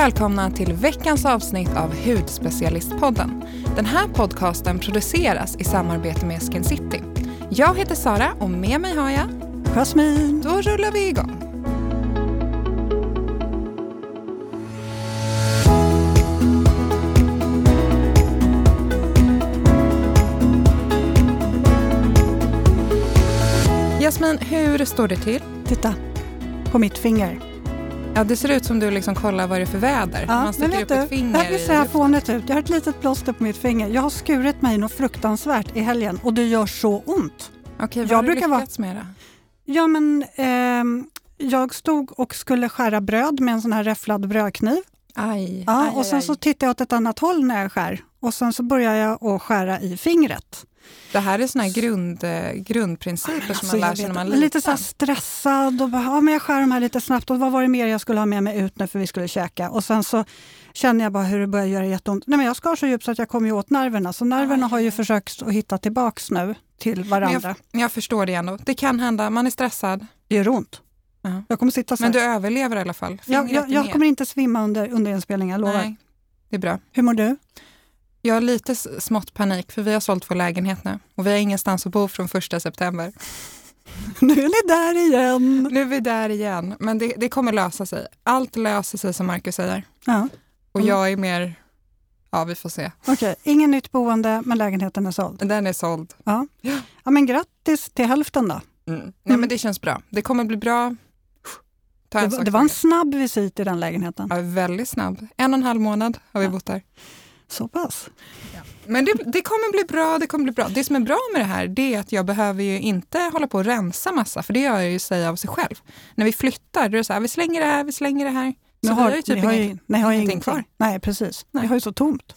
välkomna till veckans avsnitt av Hudspecialistpodden. Den här podcasten produceras i samarbete med Skin City. Jag heter Sara och med mig har jag Jasmin. Då rullar vi igång. Jasmin, hur står det till? Titta på mitt finger. Ja, det ser ut som du liksom kollar vad det är för väder. Ja, man sticker upp ett finger. Det här ser jag fånigt ut. Jag har ett litet plåster på mitt finger. Jag har skurit mig något fruktansvärt i helgen och det gör så ont. Okej, vad har du lyckats med det? Ja, men jag stod och skulle skära bröd med en sån här räfflad brödkniv. Aj, ja, aj, och sen så tittade jag åt ett annat håll när jag skär. Och sen så började jag att skära i fingret. Det här är såna här grundprinciper som man lär sig när man är lite så här stressad och bara, men jag skär de här lite snabbt och vad var det mer jag skulle ha med mig ut nu för vi skulle käka. Och sen så känner jag bara hur det börjar göra jätteont. Nej, men jag skar så djupt så att jag kom ju åt nerverna. Så nerverna har ju försökt att hitta tillbaks nu till varandra. Jag förstår det ändå. Det kan hända, man är stressad. Det gör ont. Ja. Jag kommer sitta så Men här. du överlever i alla fall. Jag kommer inte svimma under inspelningen, jag lovar. Nej, det är bra. Hur mår du? Jag har lite smått panik för vi har sålt vår lägenhet nu. Och vi har ingenstans att bo från 1 september. Nu är ni där igen. Nu är vi där igen. Men det kommer lösa sig. Allt löser sig som Marcus säger. Ja. Och jag är mer... Ja, vi får se. Okej, ingen nytt boende men lägenheten är såld. Den är såld. Ja, men grattis till hälften då. Nej, men det känns bra. Det kommer bli bra. Det var en snabb visit i den lägenheten. Ja, väldigt snabb. 1,5 månad har vi bott där. Så pass. Ja. Men det kommer bli bra, det kommer bli bra. Det som är bra med det här, det är att jag behöver ju inte hålla på och rensa massa. För det gör jag ju sig av sig själv. När vi flyttar, då är det så här, vi slänger det här, vi slänger det här. Så vi har ju typ ingenting kvar. Nej, precis. Nej. Vi har ju så tomt.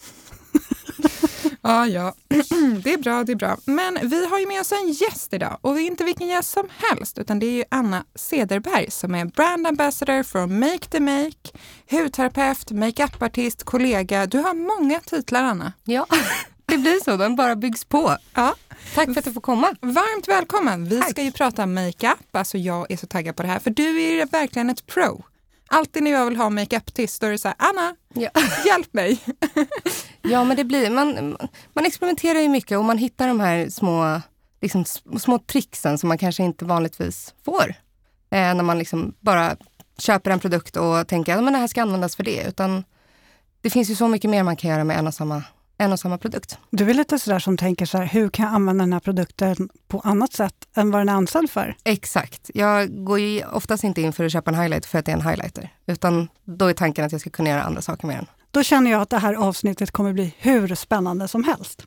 Ja. Det är bra, det är bra. Men vi har ju med oss en gäst idag. Och det är inte vilken gäst som helst, utan det är ju Anna Cederberg som är brand ambassador för Make the Make, hudterapeut, makeupartist, kollega. Du har många titlar, Anna. Ja, det blir så. Den bara byggs på. Ja. Tack för att du får komma. Varmt välkommen. Vi ska ju prata makeup. Alltså jag är så taggad på det här. För du är ju verkligen ett pro. Alltid när jag vill ha makeup-test då är det så här, Anna, hjälp mig. Ja, men det blir, man experimenterar ju mycket och man hittar de här små tricksen som man kanske inte vanligtvis får. När man liksom bara köper en produkt och tänker att det här ska användas för det. Utan det finns ju så mycket mer man kan göra med en och samma produkt. Du är lite sådär som tänker så här, hur kan jag använda den här produkten på annat sätt än vad den är ansedd för? Exakt. Jag går ju oftast inte in för att köpa en highlighter för att det är en highlighter. Utan då är tanken att jag ska kunna göra andra saker med den. Då känner jag att det här avsnittet kommer bli hur spännande som helst.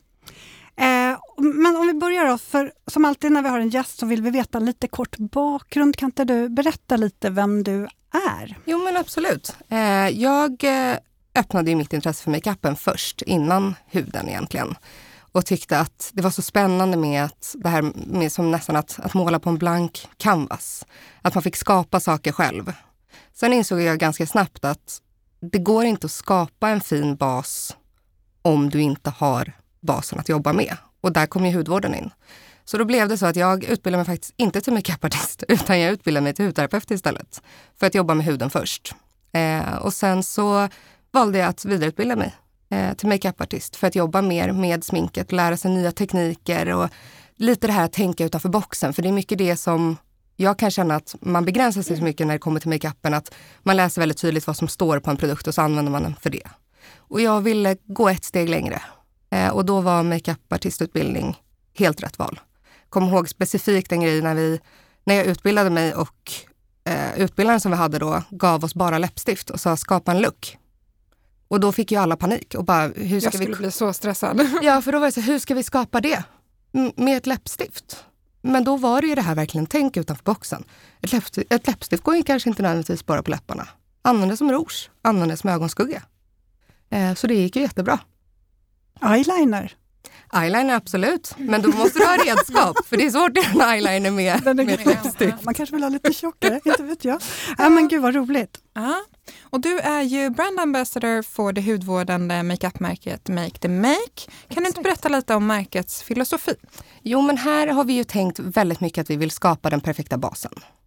Men om vi börjar då, för som alltid när vi har en gäst så vill vi veta lite kort bakgrund. Kan inte du berätta lite vem du är? Jo, men absolut. Jag öppnade ju mitt intresse för makeupen först, innan huden egentligen. Och tyckte att det var så spännande med att det här med som nästan att måla på en blank canvas. Att man fick skapa saker själv. Sen insåg jag ganska snabbt att det går inte att skapa en fin bas om du inte har basen att jobba med. Och där kom ju hudvården in. Så då blev det så att jag utbildade mig faktiskt inte till makeupartist utan jag utbildade mig till hudterapeut istället. För att jobba med huden först. Och sen så valde jag att vidareutbilda mig till makeupartist för att jobba mer med sminket, lära sig nya tekniker och lite det här att tänka utanför boxen. För det är mycket det som jag kan känna att man begränsar sig så mycket när det kommer till makeupen, att man läser väldigt tydligt vad som står på en produkt och så använder man den för det. Och jag ville gå ett steg längre och då var makeupartistutbildning helt rätt val. Kom ihåg specifikt en grej när jag utbildade mig och utbildaren som vi hade då gav oss bara läppstift och sa skapa en look. Och då fick ju alla panik och bara, hur ska jag skulle bli så stressad. Ja, för då var det så, hur ska vi skapa det? Med ett läppstift. Men då var det ju det här verkligen tänk utanför boxen. Ett läppstift går ju kanske inte nödvändigtvis bara på läpparna. Använd det som rouge, använd det som ögonskugga. Så det gick ju jättebra. Eyeliner? Eyeliner absolut, men då måste du ha redskap. För det är svårt att göra en eyeliner med läppstift. Man kanske vill ha lite tjockare, inte vet jag. Ja, men gud vad roligt. Ja. Och du är ju brand ambassador för det hudvårdande makeupmärket Make the Make. Kan du inte berätta lite om märkets filosofi? Jo, men här har vi ju tänkt väldigt mycket att vi vill skapa den perfekta basen.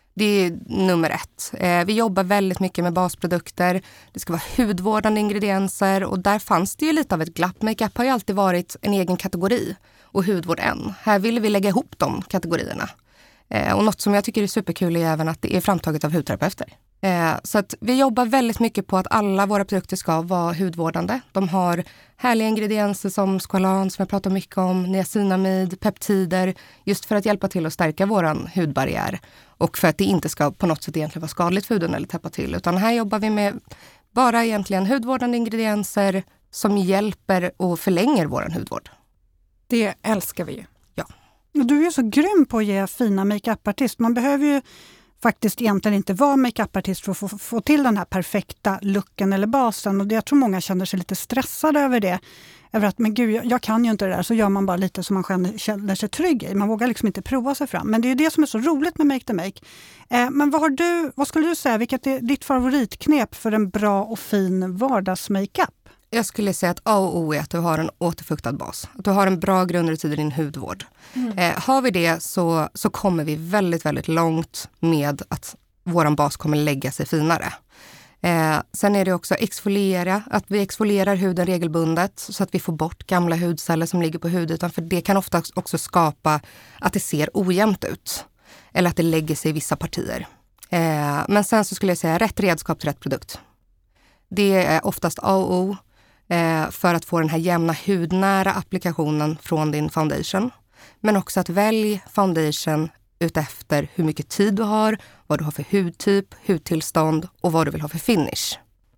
Det är nummer 1. Vi jobbar väldigt mycket med basprodukter. Det ska vara hudvårdande ingredienser och där fanns det ju lite av ett glapp. Makeup har ju alltid varit en egen kategori och hudvård en. Här ville vi lägga ihop de kategorierna. Och något som jag tycker är superkul är även att det är framtaget av hudterapeuter. Så att vi jobbar väldigt mycket på att alla våra produkter ska vara hudvårdande. De har härliga ingredienser som squalan som jag pratar mycket om, niacinamid, peptider, just för att hjälpa till att stärka våran hudbarriär. Och för att det inte ska på något sätt egentligen vara skadligt för huden eller täppa till. Utan här jobbar vi med bara egentligen hudvårdande ingredienser som hjälper och förlänger våran hudvård. Det älskar vi ju. Ja. Du är ju så grym på att ge fina makeupartist. Man behöver ju faktiskt egentligen inte vara makeupartist för att få till den här perfekta looken eller basen. Och jag tror många känner sig lite stressade över det. Över att, men gud, jag kan ju inte det där. Så gör man bara lite som man känner sig trygg i. Man vågar liksom inte prova sig fram. Men det är det som är så roligt med Make the Make. Men vad skulle du säga, vilket är ditt favoritknep för en bra och fin vardagsmakeup? Jag skulle säga att A och O är att du har en återfuktad bas. Att du har en bra grundrutin i din hudvård. Har vi det så kommer vi väldigt, väldigt långt med att våran bas kommer lägga sig finare. Sen är det också exfoliera. Att vi exfolierar huden regelbundet så att vi får bort gamla hudceller som ligger på hudytan. För det kan ofta också skapa att det ser ojämnt ut. Eller att det lägger sig i vissa partier. Men sen så skulle jag säga rätt redskap till rätt produkt. Det är oftast A och O. För att få den här jämna hudnära applikationen från din foundation. Men också att välja foundation utefter hur mycket tid du har, vad du har för hudtyp, hudtillstånd och vad du vill ha för finish.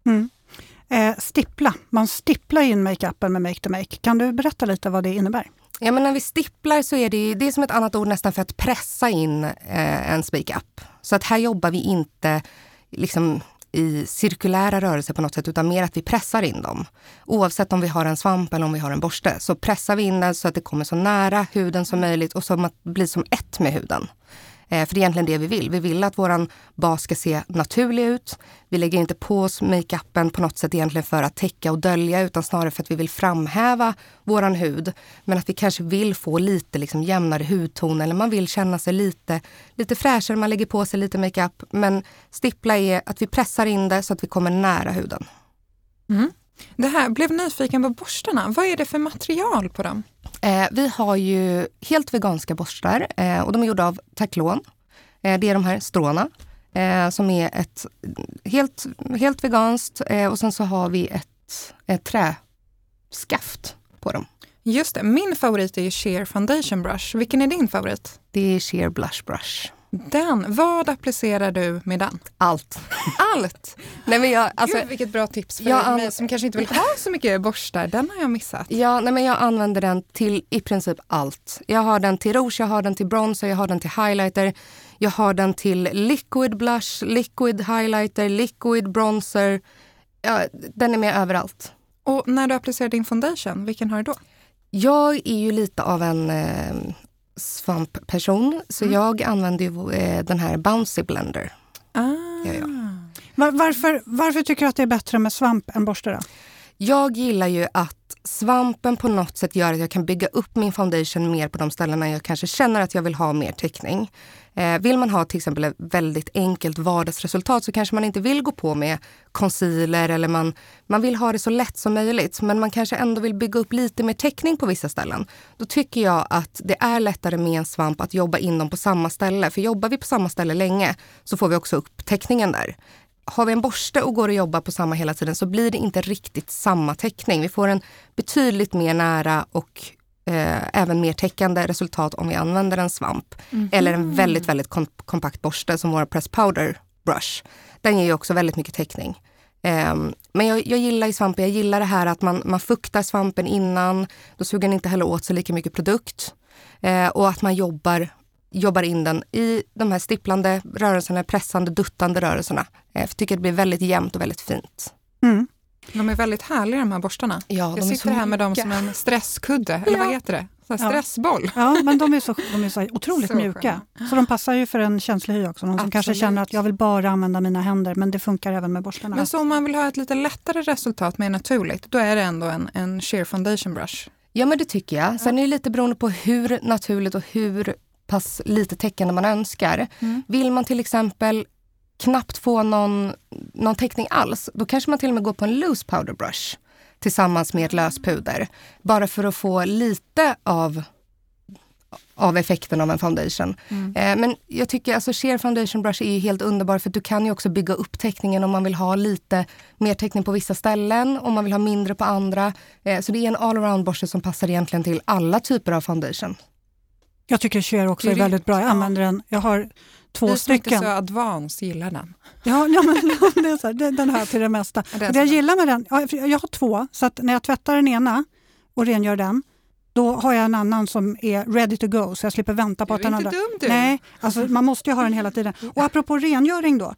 Stippla. Man stipplar in makeupen med Make the Make. Kan du berätta lite vad det innebär? Ja, men när vi stipplar så är det är som ett annat ord nästan för att pressa in ens makeup. Så att här jobbar vi inte liksom i cirkulära rörelser på något sätt utan mer att vi pressar in dem. Oavsett om vi har en svamp eller om vi har en borste så pressar vi in den så att det kommer så nära huden som möjligt och så att det blir som ett med huden. För det är egentligen det vi vill. Vi vill att våran bas ska se naturlig ut. Vi lägger inte på oss makeupen på något sätt egentligen för att täcka och dölja utan snarare för att vi vill framhäva våran hud. Men att vi kanske vill få lite liksom jämnare hudton eller man vill känna sig lite fräschare. Man lägger på sig lite makeup. Men stippla är att vi pressar in det så att vi kommer nära huden. Det här, blev nyfiken på borstarna. Vad är det för material på dem? Vi har ju helt veganska borstar och de är gjorda av taklon. Det är de här stråna som är ett helt veganskt och sen så har vi ett träskaft på dem. Just det, min favorit är ju Sheer Foundation Brush. Vilken är din favorit? Det är Sheer Blush Brush. Vad applicerar du med den? Allt. Allt? Nej, men Gud, vilket bra tips för mig som kanske inte vill ha så mycket borstar. Den har jag missat. Ja, men jag använder den till i princip allt. Jag har den till rouge, jag har den till bronzer, jag har den till highlighter. Jag har den till liquid blush, liquid highlighter, liquid bronzer. Ja, den är med överallt. Och när du applicerar din foundation, vilken har du då? Jag är ju lite av en svampperson så jag använder ju den här Bouncy Blender. Varför tycker du att det är bättre med svamp än borste då? Jag gillar ju att svampen på något sätt gör att jag kan bygga upp min foundation mer på de ställena jag kanske känner att jag vill ha mer täckning. Vill man ha till exempel ett väldigt enkelt vardagsresultat så kanske man inte vill gå på med concealer eller man vill ha det så lätt som möjligt men man kanske ändå vill bygga upp lite mer täckning på vissa ställen. Då tycker jag att det är lättare med en svamp att jobba in dem på samma ställe. För jobbar vi på samma ställe länge så får vi också upp täckningen där. Har vi en borste och går och jobbar på samma hela tiden så blir det inte riktigt samma täckning. Vi får en betydligt mer nära och även mer täckande resultat om vi använder en svamp. Eller en väldigt, väldigt kompakt borste som vår Press Powder Brush. Den ger ju också väldigt mycket täckning. Men jag gillar i svampen, jag gillar det här att man fuktar svampen innan. Då suger den inte heller åt så lika mycket produkt. Och att man jobbar in den i de här stipplande rörelserna, pressande, duttande rörelserna. Jag tycker det blir väldigt jämnt och väldigt fint. De är väldigt härliga de här borstarna. Ja, jag sitter här med dem som en stresskudde, eller vad heter det? Så stressboll. Ja, men de är så otroligt så mjuka. Så de passar ju för en känslig hy också. Någon som kanske känner att jag vill bara använda mina händer, men det funkar även med borstarna. Men så om man vill ha ett lite lättare resultat mer naturligt, då är det ändå en sheer foundation brush. Ja, men det tycker jag. Sen är det lite beroende på hur naturligt och hur pass lite täckande man önskar. Vill man till exempel knappt få någon täckning alls, då kanske man till och med går på en loose powder brush tillsammans med ett löspuder. Bara för att få lite av effekten av en foundation. Men jag tycker alltså sheer foundation brush är ju helt underbar, för att du kan ju också bygga upp täckningen om man vill ha lite mer täckning på vissa ställen, om man vill ha mindre på andra. Så det är en all-around borste som passar egentligen till alla typer av foundation. Jag tycker sheer också är väldigt bra. Jag använder den. Jag har 2 stycken. Du är så advanced, gillar den. Ja, men det är så här, den här till det mesta. Det jag gillar med den, jag har 2, så att när jag tvättar den ena och rengör den, då har jag en annan som är ready to go, så jag slipper vänta på att den andra. Du är inte dum, du. Nej, alltså man måste ju ha den hela tiden. Och apropå rengöring då,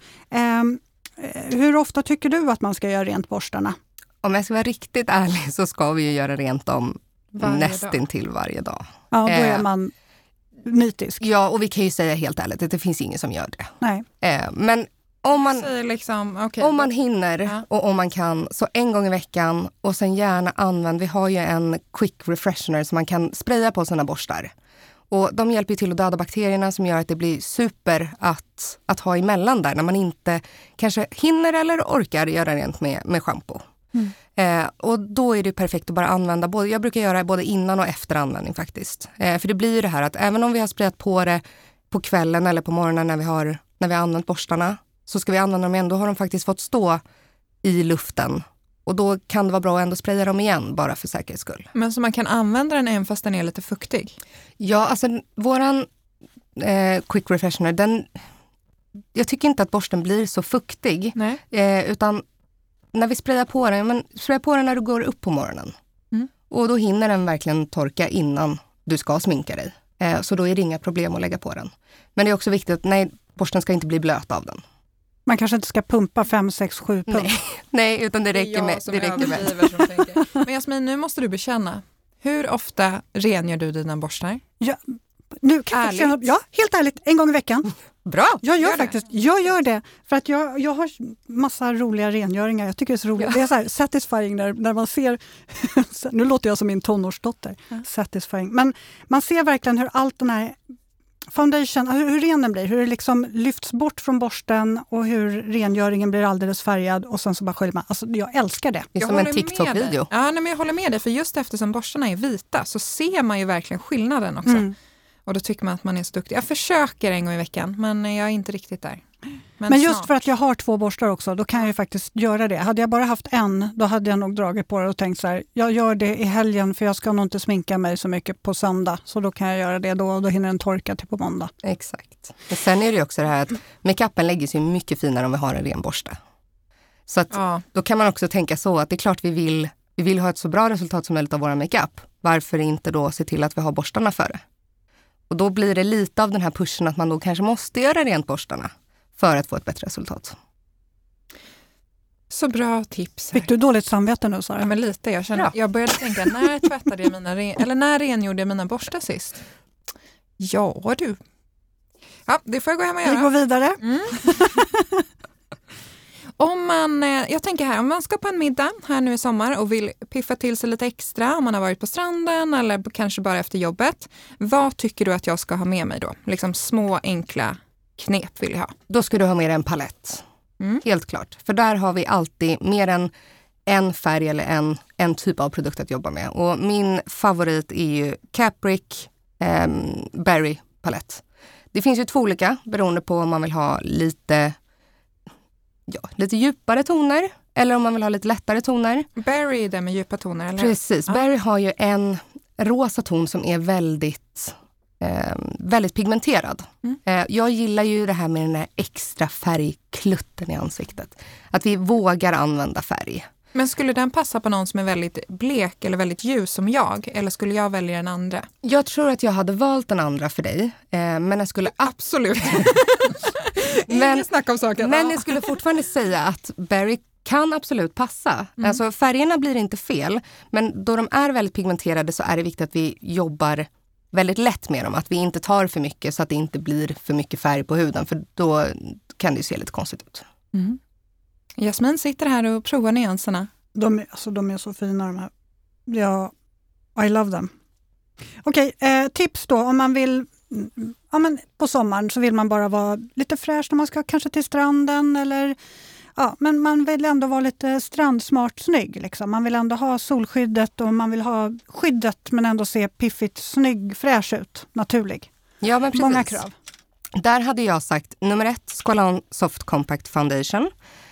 hur ofta tycker du att man ska göra rent borstarna? Om jag ska vara riktigt ärlig så ska vi ju göra rent dem nästintill varje dag. Ja, då är man nitisk. Ja, och vi kan ju säga helt ärligt att det finns ingen som gör det. Nej. Men om man, om man hinner och om man kan, så en gång i veckan, och sen gärna använd. Vi har ju en quick refreshener som man kan spraya på sina borstar. Och de hjälper till att döda bakterierna, som gör att det blir super att ha emellan där när man inte kanske hinner eller orkar göra rent med shampoo. Och då är det perfekt att bara använda jag brukar göra både innan och efter användning faktiskt. För det blir ju det här att även om vi har sprayat på det på kvällen eller på morgonen när vi har använt borstarna, så ska vi använda dem igen. Då har de faktiskt fått stå i luften. Och då kan det vara bra att ändå spraya dem igen, bara för säkerhets skull. Men så man kan använda den även fast den är lite fuktig? Ja, alltså våran quick refreshener, jag tycker inte att borsten blir så fuktig. Nej. Utan när vi sprayar på den, spraya på den när du går upp på morgonen. Och då hinner den verkligen torka innan du ska sminka dig. Så då är det inga problem att lägga på den. Men det är också viktigt att borsten ska inte bli blöt av den. Man kanske inte ska pumpa 5, 6, 7 pump. Nej, utan det räcker med. Men Jasmin, nu måste du bekänna. Hur ofta rengör du dina borstar? Ja, nu kan jag känna, helt ärligt, en gång i veckan. Bra! Jag gör det. För att jag har massa roliga rengöringar. Jag tycker det är så roligt. Det är så här satisfying när man ser... Nu låter jag som min tonårsdotter. Satisfying. Men man ser verkligen hur allt den här foundation, hur ren den blir. Hur det liksom lyfts bort från borsten och hur rengöringen blir alldeles färgad. Och sen så bara sköljer man. Alltså, jag älskar det. Det är som en TikTok-video. Ja, men jag håller med dig. För just eftersom borstarna är vita så ser man ju verkligen skillnaden också. Och då tycker man att man är så duktig. Jag försöker en gång i veckan, men jag är inte riktigt där. Men just för att jag har 2 borstar också, då kan jag ju faktiskt göra det. Hade jag bara haft en, då hade jag nog dragit på det och tänkt så här, jag gör det i helgen för jag ska nog inte sminka mig så mycket på söndag. Så då kan jag göra det då och då hinner den torka till på måndag. Exakt. Och sen är det ju också det här att makeupen lägger sig mycket finare om vi har en ren borste. Så att då kan man också tänka så att det är klart vi vill ha ett så bra resultat som möjligt av vår makeup. Varför inte då se till att vi har borstarna före? Och då blir det lite av den här pushen att man då kanske måste göra rent borstarna för att få ett bättre resultat. Så bra tips. Fick du dåligt samvete nu, Sara? Ja, men lite. Jag började tänka, när rengjorde jag mina borstar sist? Ja, du. Ja, det får jag gå hem och göra. Vi går vidare. Jag tänker här, om man ska på en middag här nu i sommar och vill piffa till sig lite extra, om man har varit på stranden eller kanske bara efter jobbet. Vad tycker du att jag ska ha med mig då? Liksom små, enkla knep vill jag ha. Då ska du ha med en palett. Helt klart. För där har vi alltid mer än en färg eller en typ av produkt att jobba med. Och min favorit är ju Capric Berry palett. Det finns ju 2 olika beroende på om man vill ha lite djupare toner eller om man vill ha lite lättare toner. Berry är det med djupa toner, eller? Precis. Berry har ju en rosa ton som är väldigt pigmenterad. Jag gillar ju det här med den här extra färgklutten i ansiktet. Att vi vågar använda färg. Men skulle den passa på någon som är väldigt blek eller väldigt ljus som jag? Eller skulle jag välja den andra? Jag tror att jag hade valt den andra för dig. Men jag skulle absolut... Ingen snack om saken. Men jag skulle fortfarande säga att Berry kan absolut passa. Alltså färgerna blir inte fel. Men då de är väldigt pigmenterade så är det viktigt att vi jobbar väldigt lätt med dem. Att vi inte tar för mycket så att det inte blir för mycket färg på huden. För då kan det se lite konstigt ut. Jasmin sitter här och provar nyanserna. De är så fina de här. Ja, I love them. Okej, tips då om man vill ja, men på sommaren så vill man bara vara lite fräsch när man ska kanske till stranden eller ja, men man vill ändå vara lite strandsmart snygg. Liksom. Man vill ändå ha solskyddet och man vill ha skyddet men ändå se piffigt snygg, fräsch ut, naturlig. Ja, men precis. Många krav. Där hade jag sagt nummer 1, Squalane Soft Compact Foundation.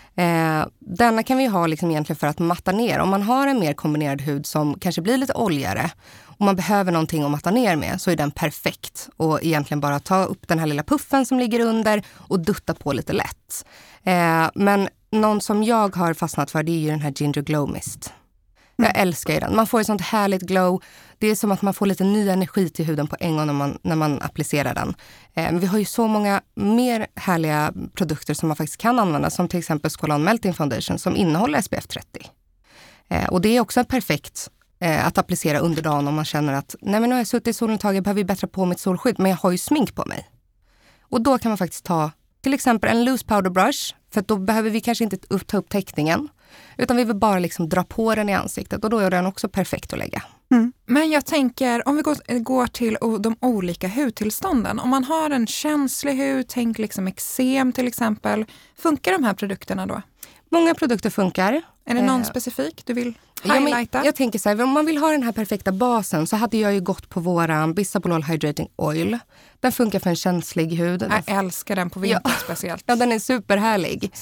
Denna kan vi ha liksom egentligen för att matta ner. Om man har en mer kombinerad hud som kanske blir lite oljigare och man behöver någonting att matta ner med, så är den perfekt. Och egentligen bara ta upp den här lilla puffen som ligger under och dutta på lite lätt. Men någon som jag har fastnat för, det är ju den här Ginger Glow Mist. Jag älskar ju den. Man får ett sånt härligt glow. Det är som att man får lite ny energi till huden på en gång när man applicerar den. Men vi har ju så många mer härliga produkter som man faktiskt kan använda. Som till exempel Squalane Melting Foundation som innehåller SPF 30. Och det är också perfekt att applicera under dagen om man känner att nej, men nu har jag suttit i solen ett tag, jag behöver bättra på mitt solskydd. Men jag har ju smink på mig. Och då kan man faktiskt ta till exempel en loose powder brush. För att då behöver vi kanske inte ta upp täckningen. Utan vi vill bara liksom dra på den i ansiktet och då är den också perfekt att lägga. Mm. Men jag tänker, om vi går till de olika hudtillstånden. Om man har en känslig hud, tänk liksom eksem till exempel. Funkar de här produkterna då? Många produkter funkar. Är det någon specifik du vill highlighta? Ja, jag tänker så här, om man vill ha den här perfekta basen så hade jag ju gått på våran Bisabolol Hydrating Oil. Den funkar för en känslig hud. Jag älskar den på vintern speciellt. Ja, den är superhärlig.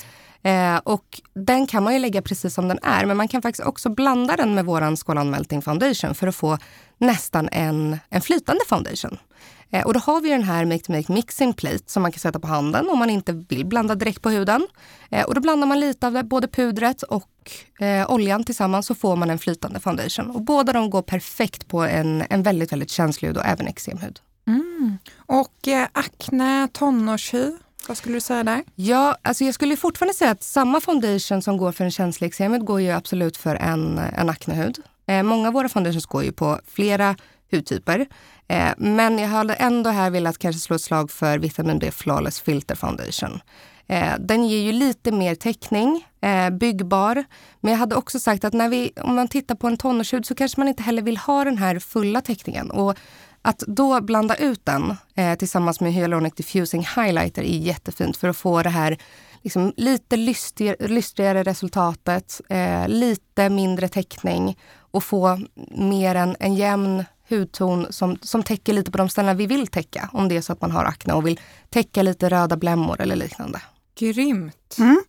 Och den kan man ju lägga precis som den är. Men man kan faktiskt också blanda den med våran Squalane Melting Foundation för att få nästan en flytande foundation. Och då har vi den här Make to Make Mixing Plate som man kan sätta på handen om man inte vill blanda direkt på huden. Och då blandar man lite av både pudret och oljan tillsammans så får man en flytande foundation. Och båda de går perfekt på en väldigt, väldigt känslig hud och även eksemhud. Mm. Och akne, tonårshy? Vad skulle du säga där? Ja, alltså jag skulle fortfarande säga att samma foundation som går för en känslig eksemhud går ju absolut för en aknehud. Många av våra foundations går ju på flera hudtyper. Men jag hade ändå här velat kanske slå ett slag för Vitamin D Flawless Filter Foundation. Den ger ju lite mer täckning, byggbar. Men jag hade också sagt att om man tittar på en tonårshud så kanske man inte heller vill ha den här fulla täckningen. Och att då blanda ut den tillsammans med Hyaluronic Diffusing Highlighter är jättefint för att få det här liksom, lite lystrigare resultatet, lite mindre täckning och få mer en jämn hudton som täcker lite på de ställena vi vill täcka. Om det är så att man har akne och vill täcka lite röda blämmor eller liknande. Grymt! Mm.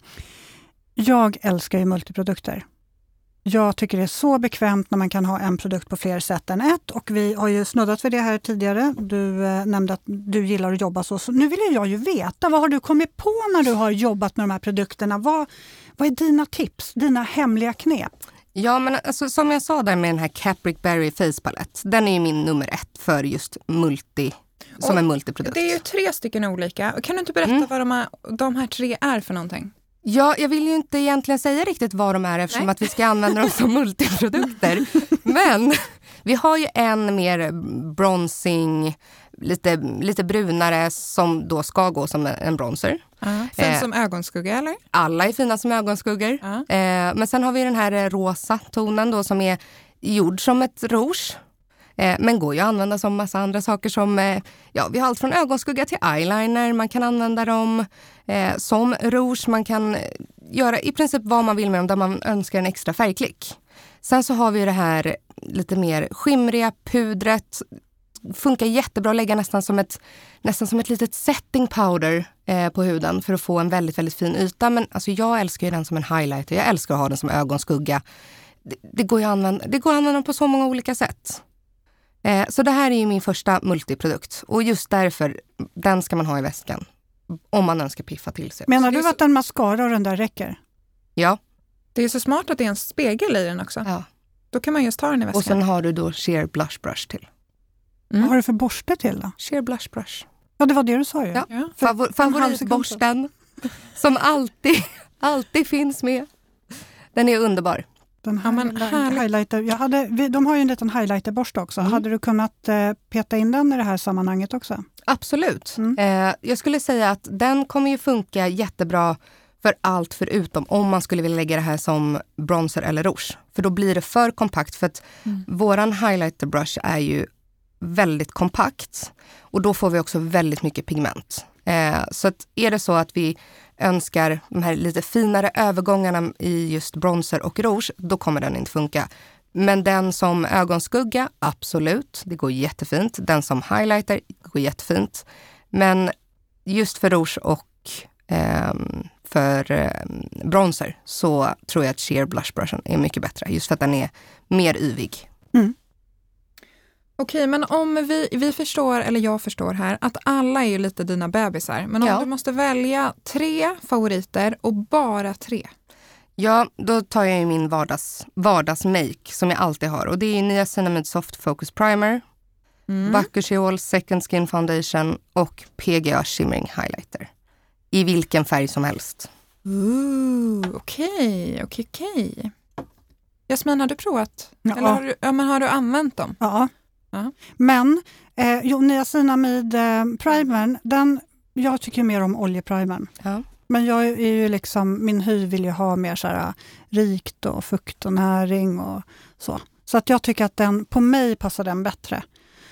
Jag älskar ju multiprodukter. Jag tycker det är så bekvämt när man kan ha en produkt på fler sätt än ett. Och vi har ju snuddat för det här tidigare. Du nämnde att du gillar att jobba så. Så nu vill jag ju veta, vad har du kommit på när du har jobbat med de här produkterna? Vad är dina tips, dina hemliga knep? Ja, men alltså, som jag sa där med den här Capric Berry Face Palette. Den är ju min nummer 1 för just som en multiprodukt. Det är ju 3 stycken olika. Kan du inte berätta vad de här 3 är för någonting? Ja, jag vill ju inte egentligen säga riktigt vad de är eftersom att vi ska använda dem som multiprodukter. Men vi har ju en mer bronzing, lite brunare som då ska gå som en bronzer. Fin som ögonskugga eller? Alla är fina som ögonskuggor. Men sen har vi den här rosa tonen då som är gjord som ett rouge. Men går ju att använda som massa andra saker som, vi har allt från ögonskugga till eyeliner. Man kan använda dem som rouge. Man kan göra i princip vad man vill med dem där man önskar en extra färgklick. Sen så har vi det här lite mer skimriga pudret. Funkar jättebra att lägga nästan som ett litet setting powder på huden för att få en väldigt, väldigt fin yta. Men alltså, jag älskar ju den som en highlighter. Jag älskar att ha den som ögonskugga. Det går att använda på så många olika sätt. Så det här är ju min första multiprodukt. Och just därför, den ska man ha i väskan. Om man önskar piffa till sig. Menar du att en mascara och den där räcker? Ja. Det är så smart att det är en spegel i den också. Ja. Då kan man just ta den i väskan. Och sen har du då Sheer Blush Brush till. Vad har du för borste till då? Sheer Blush Brush. Ja, det var det du sa ju. Ja. Favoritborsten som alltid finns med. Den är underbar. Den här highlighter, de har ju en liten highlighterborste också. Hade du kunnat peta in den i det här sammanhanget också? Absolut. Jag skulle säga att den kommer ju funka jättebra för allt förutom om man skulle vilja lägga det här som bronzer eller rouge. För då blir det för kompakt för att våran highlighter brush är ju väldigt kompakt och då får vi också väldigt mycket pigment. Så att är det så att vi önskar de här lite finare övergångarna i just bronzer och rouge, då kommer den inte funka. Men den som ögonskugga, absolut, det går jättefint. Den som highlighter går jättefint. Men just för rouge och för bronzer så tror jag att Sheer Blush Brushen är mycket bättre. Just för att den är mer yvig. Mm. Okej, men om vi förstår, eller jag förstår här, att alla är ju lite dina bebisar. Men om du måste välja 3 favoriter och bara 3. Ja, då tar jag ju min vardagsmake som jag alltid har. Och det är Niacinamide Soft Focus Primer, Bakuchiol Second Skin Foundation och PGA Shimmering Highlighter. I vilken färg som helst. Okej. Jasmin, har du provat? Ja. Eller har du använt dem? Ja. Men Niacinamide primern, jag tycker mer om oljeprimern. Ja. Men jag är ju liksom, min hy vill ju ha mer så här rikt och fukt och näring och så. Så att jag tycker att på mig passar den bättre.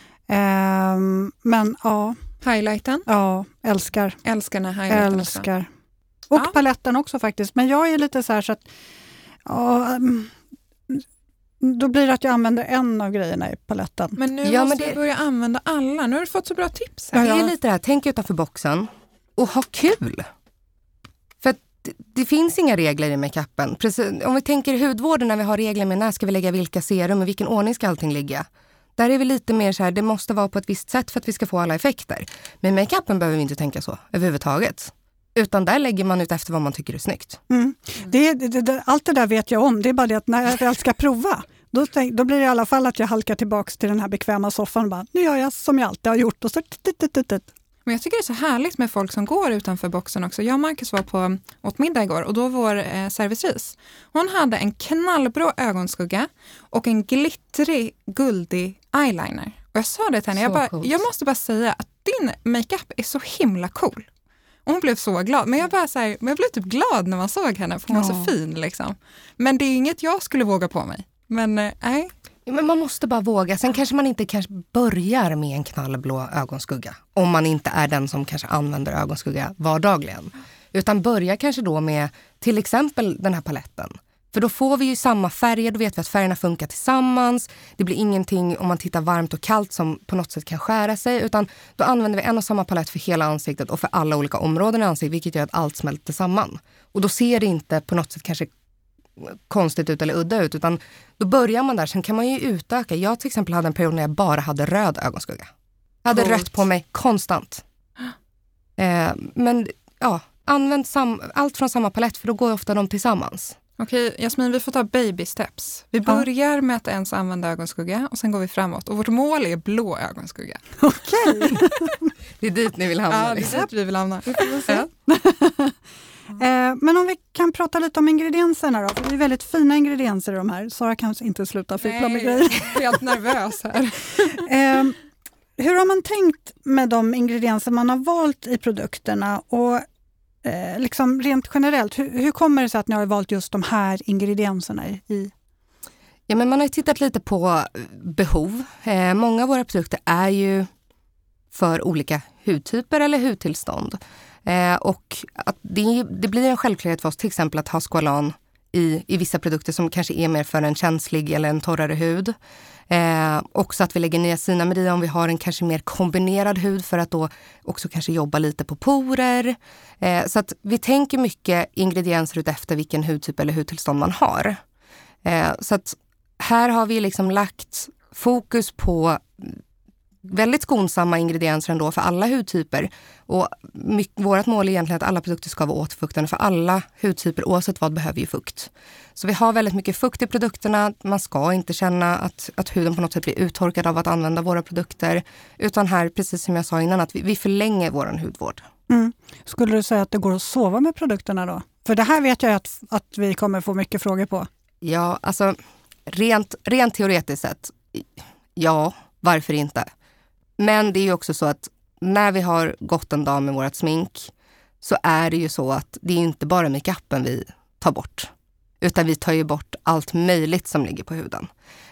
Men ja. Highlighten? Ja, älskar. Älskar den här highlighten. Älskar. Och paletten också faktiskt. Men jag är lite så här så att då blir det att jag använder en av grejerna i paletten. Men nu måste du börja använda alla. Nu har du fått så bra tips här. Det är lite det här, tänk utanför boxen och ha kul. För att det finns inga regler i makeupen. Precis, om vi tänker hudvården när vi har regler med när ska vi lägga vilka serum och vilken ordning ska allting ligga. Där är vi lite mer så här, det måste vara på ett visst sätt för att vi ska få alla effekter. Men makeupen behöver vi inte tänka så överhuvudtaget. Utan där lägger man ut efter vad man tycker är snyggt. Mm. Allt det där vet jag om. Det är bara det att när jag väl ska prova, då blir det i alla fall att jag halkar tillbaka till den här bekväma soffan och bara, nu gör jag som jag alltid har gjort. Och så Men jag tycker det är så härligt med folk som går utanför boxen också. Jag och Marcus var åt middag igår och då vår servitris. Hon hade en knallbra ögonskugga och en glittrig, guldig eyeliner. Och jag sa det till henne, jag måste bara säga att din makeup är så himla cool. Och hon blev så glad. Men jag blev typ glad när man såg henne för hon var så fin liksom. Men det är inget jag skulle våga på mig. Men nej. Men man måste bara våga. Sen kanske man inte börjar med en knallblå ögonskugga. Om man inte är den som kanske använder ögonskugga vardagligen. Utan börja kanske då med till exempel den här paletten. För då får vi ju samma färger, då vet vi att färgerna funkar tillsammans. Det blir ingenting om man tittar varmt och kallt som på något sätt kan skära sig. Utan då använder vi en och samma palett för hela ansiktet och för alla olika områden i ansiktet. Vilket gör att allt smälter samman. Och då ser det inte på något sätt kanske konstigt ut eller udda ut. Utan då börjar man där, sen kan man ju utöka. Jag till exempel hade en period när jag bara hade röd ögonskugga. Jag hade rött på mig konstant. Men ja, använd allt från samma palett för då går ofta de tillsammans. Okej, Jasmin, vi får ta baby steps. Vi börjar med att ens använda ögonskugga och sen går vi framåt. Och vårt mål är blå ögonskugga. Okej. Det är dit ni vill hamna. Ja, det är dit vi vill hamna. Men om vi kan prata lite om ingredienserna då. För det är väldigt fina ingredienser i de här. Sara kanske inte sluta fippla med grejer. Jag är helt nervös här. Hur har man tänkt med de ingredienser man har valt i produkterna? Och liksom rent generellt, hur kommer det sig att ni har valt just de här ingredienserna i? Ja, men man har ju tittat lite på behov. Många av våra produkter är ju för olika hudtyper eller hudtillstånd. Och att det blir en självklarhet för oss till exempel att ha squalan i vissa produkter som kanske är mer för en känslig eller en torrare hud. Också att vi lägger niacinamide om vi har en kanske mer kombinerad hud för att då också kanske jobba lite på porer. Så att vi tänker mycket ingredienser ut efter vilken hudtyp eller hudtillstånd man har. Så att här har vi liksom lagt fokus på väldigt skonsamma ingredienser ändå för alla hudtyper. Och vårt mål är egentligen att alla produkter ska vara återfuktande för alla hudtyper oavsett vad behöver ju fukt. Så vi har väldigt mycket fukt i produkterna. Man ska inte känna att huden på något sätt blir uttorkad av att använda våra produkter. Utan här, precis som jag sa innan, att vi förlänger vår hudvård. Mm. Skulle du säga att det går att sova med produkterna då? För det här vet jag att vi kommer få mycket frågor på. Ja, alltså rent teoretiskt sett, ja, varför inte? Men det är ju också så att när vi har gått en dag med vårt smink så är det ju så att det är inte bara makeupen vi tar bort. Utan vi tar ju bort allt möjligt som ligger på huden.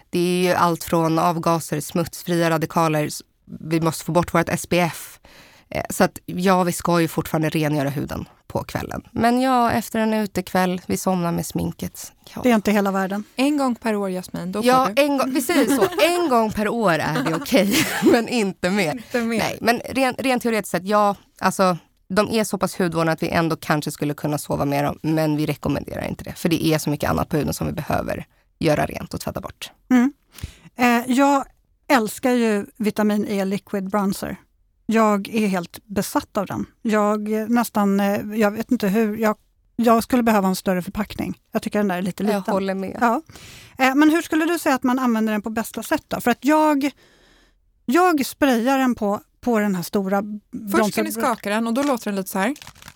Det är ju allt från avgaser, smutsfria radikaler. Vi måste få bort vårt SPF. Så att ja, vi ska ju fortfarande rengöra huden på kvällen. Men ja, efter en utekväll, vi somnar med sminket. Ja. Det är inte hela världen. En gång per år, Jasmin. Då Ja, vi säger så. En gång per år är det okej, men inte mer. Inte mer. Nej, men rent teoretiskt sett, ja, alltså de är så pass hudvårdande att vi ändå kanske skulle kunna sova med dem, men vi rekommenderar inte det. För det är så mycket annat på huden som vi behöver göra rent och tvätta bort. Jag älskar ju vitamin E liquid bronzer. Jag är helt besatt av den. Jag vet inte hur, jag skulle behöva en större förpackning. Jag tycker den där är lite liten. Jag håller med. Ja. Men hur skulle du säga att man använder den på bästa sätt då? För att jag sprayar den på den här stora Först ska ni skaka den och då låter den lite så här.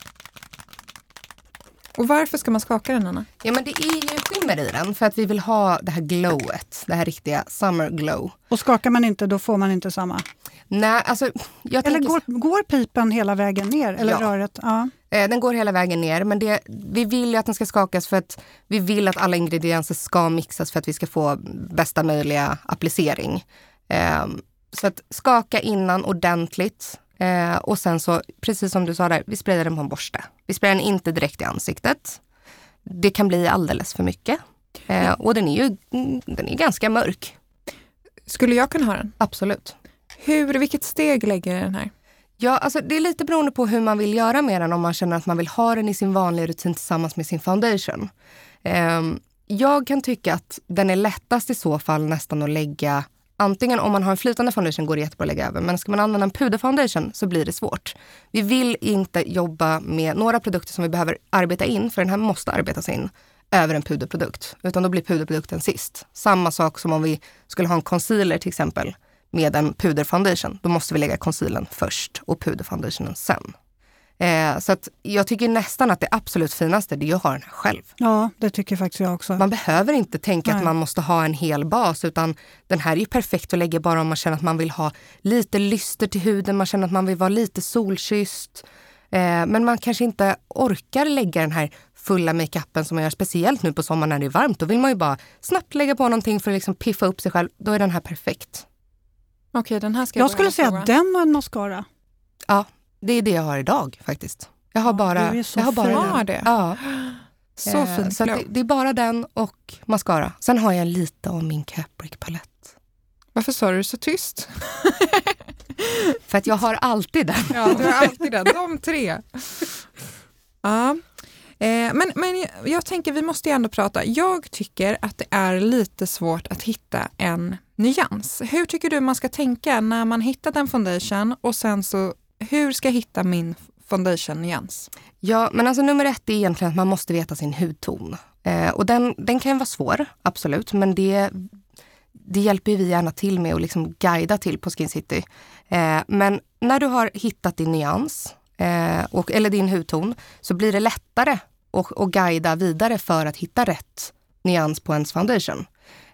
Och varför ska man skaka den, Anna? Ja, men det är ju skimmer i den för att vi vill ha det här glowet, det här riktiga summer glow. Och skakar man inte, då får man inte samma. Nej, alltså Går pipen hela vägen ner? Eller röret? Ja. Den går hela vägen ner, men vi vill ju att den ska skakas för att vi vill att alla ingredienser ska mixas för att vi ska få bästa möjliga applicering. Så att skaka innan ordentligt. Och sen så, precis som du sa där, vi sprayar den på en borste. Vi sprayar den inte direkt i ansiktet. Det kan bli alldeles för mycket. Och den är ganska mörk. Skulle jag kunna ha den? Absolut. Vilket steg lägger den här? Ja, alltså det är lite beroende på hur man vill göra med den. Om man känner att man vill ha den i sin vanliga rutin tillsammans med sin foundation. Jag kan tycka att den är lättast i så fall nästan att lägga. Antingen om man har en flytande foundation går det jättebra att lägga över. Men ska man använda en puderfoundation så blir det svårt. Vi vill inte jobba med några produkter som vi behöver arbeta in. För den här måste arbetas in över en puderprodukt. Utan då blir puderprodukten sist. Samma sak som om vi skulle ha en concealer till exempel med en puderfoundation. Då måste vi lägga concealern först och puderfoundationen sen. Så att jag tycker nästan att det absolut finaste det är att ha den här själv. Ja, det tycker faktiskt jag också. Man behöver inte tänka att man måste ha en hel bas, utan den här är ju perfekt att lägga bara om man känner att man vill ha lite lyster till huden, man känner att man vill vara lite solkysst. Men man kanske inte orkar lägga den här fulla makeupen som man gör speciellt nu på sommaren när det är varmt. Då vill man ju bara snabbt lägga på någonting för att liksom piffa upp sig själv. Då är den här perfekt. Okej, den här ska jag skulle säga att den var en mascara. Ja. Det är det jag har idag faktiskt. Jag har bara, det. Ja. Så fint. Så det är bara den och mascara. Sen har jag lite av min Capric-palett. Varför sa du så tyst? För att jag har alltid den. Ja, du har alltid den. De 3. Ja. Men jag tänker vi måste ju ändå prata. Jag tycker att det är lite svårt att hitta en nyans. Hur tycker du man ska tänka när man hittat en foundation och sen så hur ska jag hitta min foundation-nyans? Ja, men alltså nummer 1 är egentligen att man måste veta sin hudton. Och den kan ju vara svår, absolut. Men det hjälper vi gärna till med att liksom guida till på Skin City. Men när du har hittat din nyans eller din hudton så blir det lättare att guida vidare för att hitta rätt nyans på ens foundation.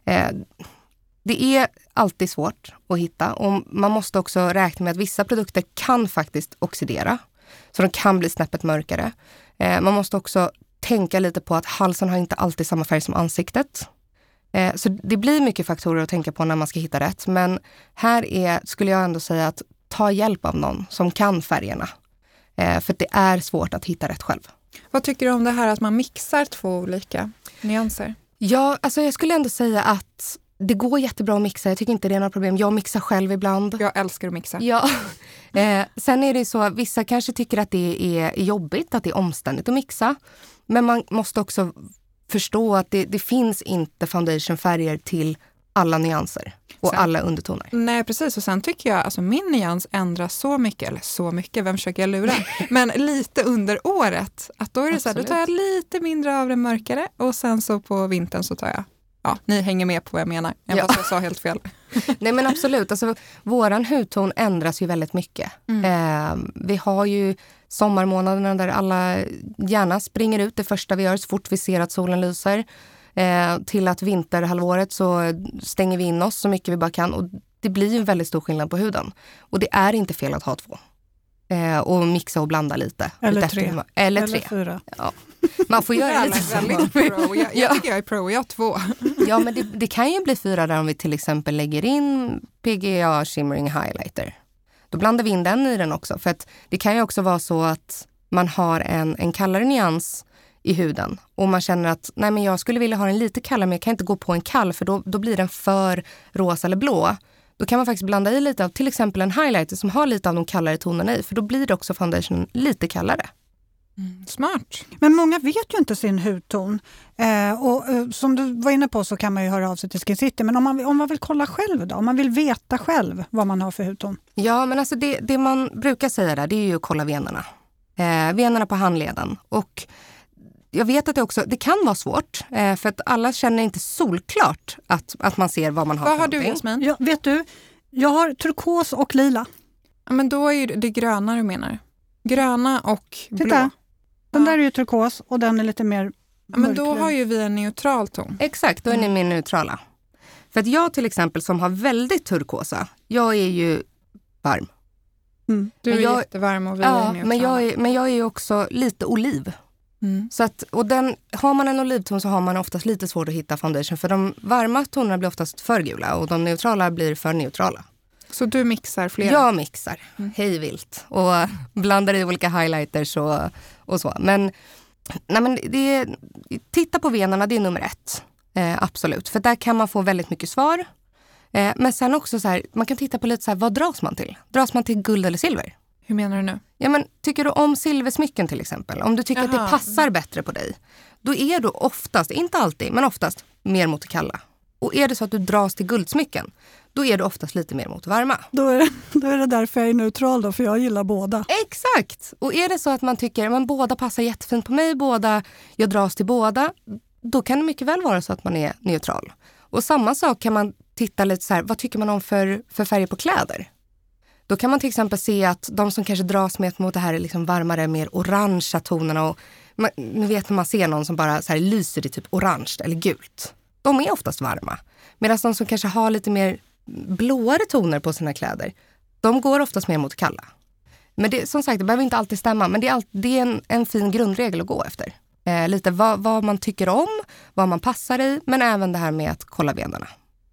Det är alltid svårt att hitta och man måste också räkna med att vissa produkter kan faktiskt oxidera. Så de kan bli snäppet mörkare. Man måste också tänka lite på att halsen har inte alltid samma färg som ansiktet. Så det blir mycket faktorer att tänka på när man ska hitta rätt. Men här skulle jag ändå säga att ta hjälp av någon som kan färgerna. För det är svårt att hitta rätt själv. Vad tycker du om det här att man mixar 2 olika nyanser? Ja, alltså jag skulle ändå säga att det går jättebra att mixa. Jag tycker inte det är några problem. Jag mixar själv ibland. Jag älskar att mixa. Ja. Sen är det så, vissa kanske tycker att det är jobbigt, att det är omständigt att mixa. Men man måste också förstå att det finns inte foundationfärger till alla nyanser och alla undertoner. Nej, precis. Och sen tycker jag, alltså min nyans ändras så mycket, vem försöker jag lura? Men lite under året. Att då är det så här, då tar jag lite mindre av det mörkare och sen så på vintern så tar jag, ni hänger med på vad jag menar. Fast jag sa helt fel. Nej men absolut, alltså, våran hudton ändras ju väldigt mycket. Vi har ju sommarmånaderna där alla gärna springer ut det första vi gör så fort vi ser att solen lyser. Till att vinterhalvåret så stänger vi in oss så mycket vi bara kan. Och det blir ju en väldigt stor skillnad på huden. Och det är inte fel att ha 2. Och mixa och blanda lite. Eller 3. Eller 4. Ja. Man får göra lite väldigt pro. Jag tycker jag är pro, jag har 2. Ja, men det kan ju bli 4 där om vi till exempel lägger in PGA Shimmering Highlighter. Då blandar vi in den i den också. För att det kan ju också vara så att man har en kallare nyans i huden. Och man känner att nej, men jag skulle vilja ha den lite kallare, men jag kan inte gå på en kall för då blir den för rosa eller blå. Då kan man faktiskt blanda i lite av till exempel en highlighter som har lite av de kallare tonerna i. För då blir det också foundationen lite kallare. Smart. Men många vet ju inte sin hudton. Som du var inne på så kan man ju höra av sig till Skin City. Men om man vill kolla själv då? Om man vill veta själv vad man har för hudton? Ja, men alltså det man brukar säga där, det är ju att kolla venerna. Venerna på handleden. Och jag vet att det kan vara svårt. För att alla känner inte solklart att man ser vad man har. Vad har du, Jasmin? Ja, vet du, jag har turkos och lila. Ja, men då är ju det gröna du menar. Gröna och blå. Titta, den där är ju turkos och den är lite mer ja, men då har ju vi en neutral ton. Exakt, då är ni mer neutrala. För att jag till exempel som har väldigt turkosa, jag är ju varm. Du är jättevarm och vi är neutrala. Men jag är ju också lite oliv. Så att, och har man en olivton så har man oftast lite svårt att hitta foundation. För de varma tonerna blir oftast för gula och de neutrala blir för neutrala. Så du mixar flera? Jag mixar hej vilt och blandar i olika highlighters och så. Men titta på venerna, det är nummer 1. Absolut, för där kan man få väldigt mycket svar. Men sen också så här, man kan titta på lite så här, vad dras man till? Dras man till guld eller silver? Hur menar du nu? Ja, men tycker du om silversmycken till exempel? Om du tycker att det passar bättre på dig, då är du oftast, inte alltid, men oftast mer mot det kalla. Och är det så att du dras till guldsmycken, då är du oftast lite mer mot varma. Då är det därför jag är neutral då, för jag gillar båda. Exakt! Och är det så att man tycker att båda passar jättefint på mig, jag dras till båda, då kan det mycket väl vara så att man är neutral. Och samma sak kan man titta lite så här, vad tycker man om för färger på kläder? Då kan man till exempel se att de som kanske dras med mot det här är liksom varmare, mer orangea tonerna. Och ni vet när man ser någon som bara så här lyser i typ orange eller gult. De är oftast varma. Medan de som kanske har lite mer blåare toner på sina kläder, de går oftast mer mot kalla. Men det, som sagt, det behöver inte alltid stämma. Men det är en fin grundregel att gå efter. Lite vad man tycker om, vad man passar i. Men även det här med att kolla venerna.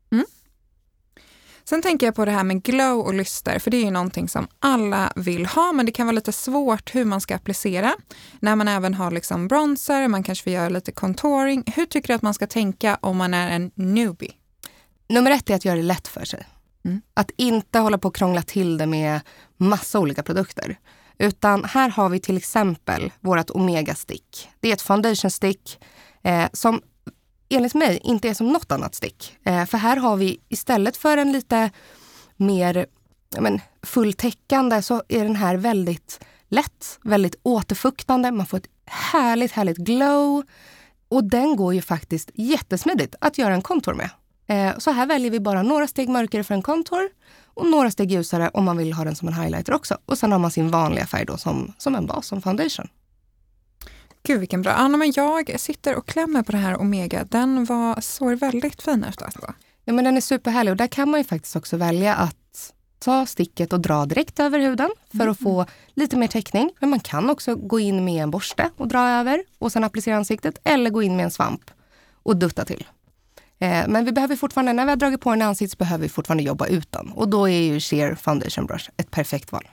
Sen tänker jag på det här med glow och lyster, för det är ju någonting som alla vill ha, men det kan vara lite svårt hur man ska applicera. När man även har liksom bronzer, man kanske vill göra lite contouring. Hur tycker du att man ska tänka om man är en newbie? Nummer 1 är att göra det lätt för sig. Att inte hålla på och krångla till det med massa olika produkter. Utan här har vi till exempel vårt Omega stick. Det är ett foundation stick som enligt mig inte är som något annat stick. För här har vi istället för en lite mer fulltäckande så är den här väldigt lätt, väldigt återfuktande. Man får ett härligt glow. Och den går ju faktiskt jättesmidigt att göra en kontur med. Så här väljer vi bara några steg mörkare för en kontur och några steg ljusare om man vill ha den som en highlighter också. Och sen har man sin vanliga färg då som en bas, som foundation. Gud vilken bra. Anna, men jag sitter och klämmer på det här Omega. Den såg väldigt fin ut alltså. Ja, men den är superhärlig och där kan man ju faktiskt också välja att ta sticket och dra direkt över huden för att få lite mer täckning. Men man kan också gå in med en borste och dra över och sen applicera ansiktet eller gå in med en svamp och dutta till. Men vi behöver fortfarande, när vi har dragit på den i ansiktet så behöver vi fortfarande jobba utan. Och då är ju Sheer Foundation Brush ett perfekt val.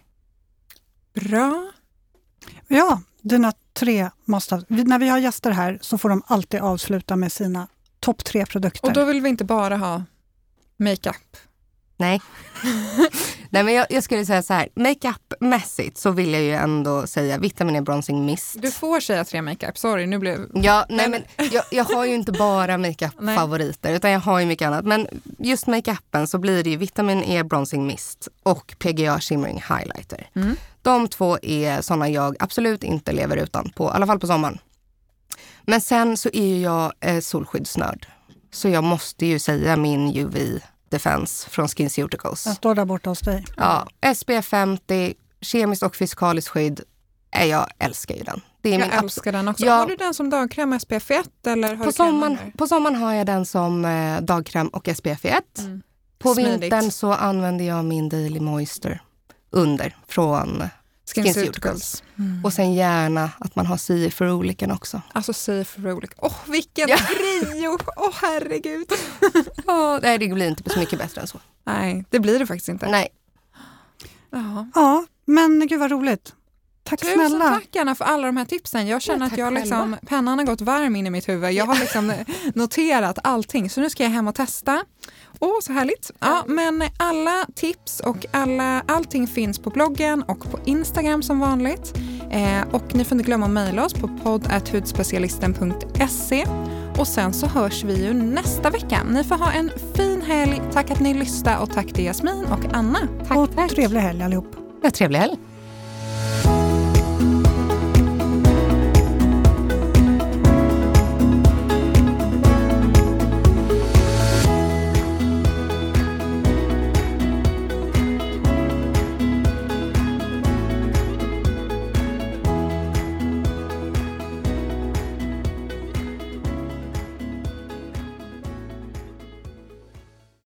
Bra. Ja, dina 3 måste... När vi har gäster här så får de alltid avsluta med sina topp 3 produkter. Och då vill vi inte bara ha makeup. Nej. Nej, men jag skulle säga så här. Makeup-mässigt så vill jag ju ändå säga Vitamin E Bronzing Mist. Du får säga 3 makeup. Sorry, nu blev... Ja, nej men jag har ju inte bara makeup-favoriter utan jag har ju mycket annat. Men just makeupen så blir det ju Vitamin E Bronzing Mist och PGA Shimmering Highlighter. De 2 är sådana jag absolut inte lever utan, i alla fall på sommaren. Men sen så är ju jag solskyddsnörd. Så jag måste ju säga min UV Defense från SkinCeuticals. Jag står där borta hos dig. Ja, SPF 50, kemiskt och fysikaliskt skydd. Jag älskar ju den. Det är jag älskar den också. Ja. Har du den som dagkräm SPF 1 eller har på sommaren har jag den som dagkräm och SPF 1. På Smidigt. vintern så använder jag min Daily Moisture under från SkinCeuticals. Och sen gärna att man har CF-oliken också. Alltså CF-oliken. Vilken trio! Herregud. Nej, det blir inte så mycket bättre än så. Nej, det blir det faktiskt inte. Nej. Ja, men gud vad roligt. Tack snälla. Tusen tack Anna för alla de här tipsen. Jag känner att jag liksom, pennan har gått varm in i mitt huvud. Jag har liksom noterat allting. Så nu ska jag hem och testa. Så härligt. Ja, men alla tips och allting finns på bloggen och på Instagram som vanligt. Och ni får inte glömma att mejla oss på podd@hudspecialisten.se. Och sen så hörs vi ju nästa vecka. Ni får ha en fin helg. Tack att ni lyssnade och tack till Jasmin och Anna. Tack. Trevlig helg allihop. Ja, trevlig helg.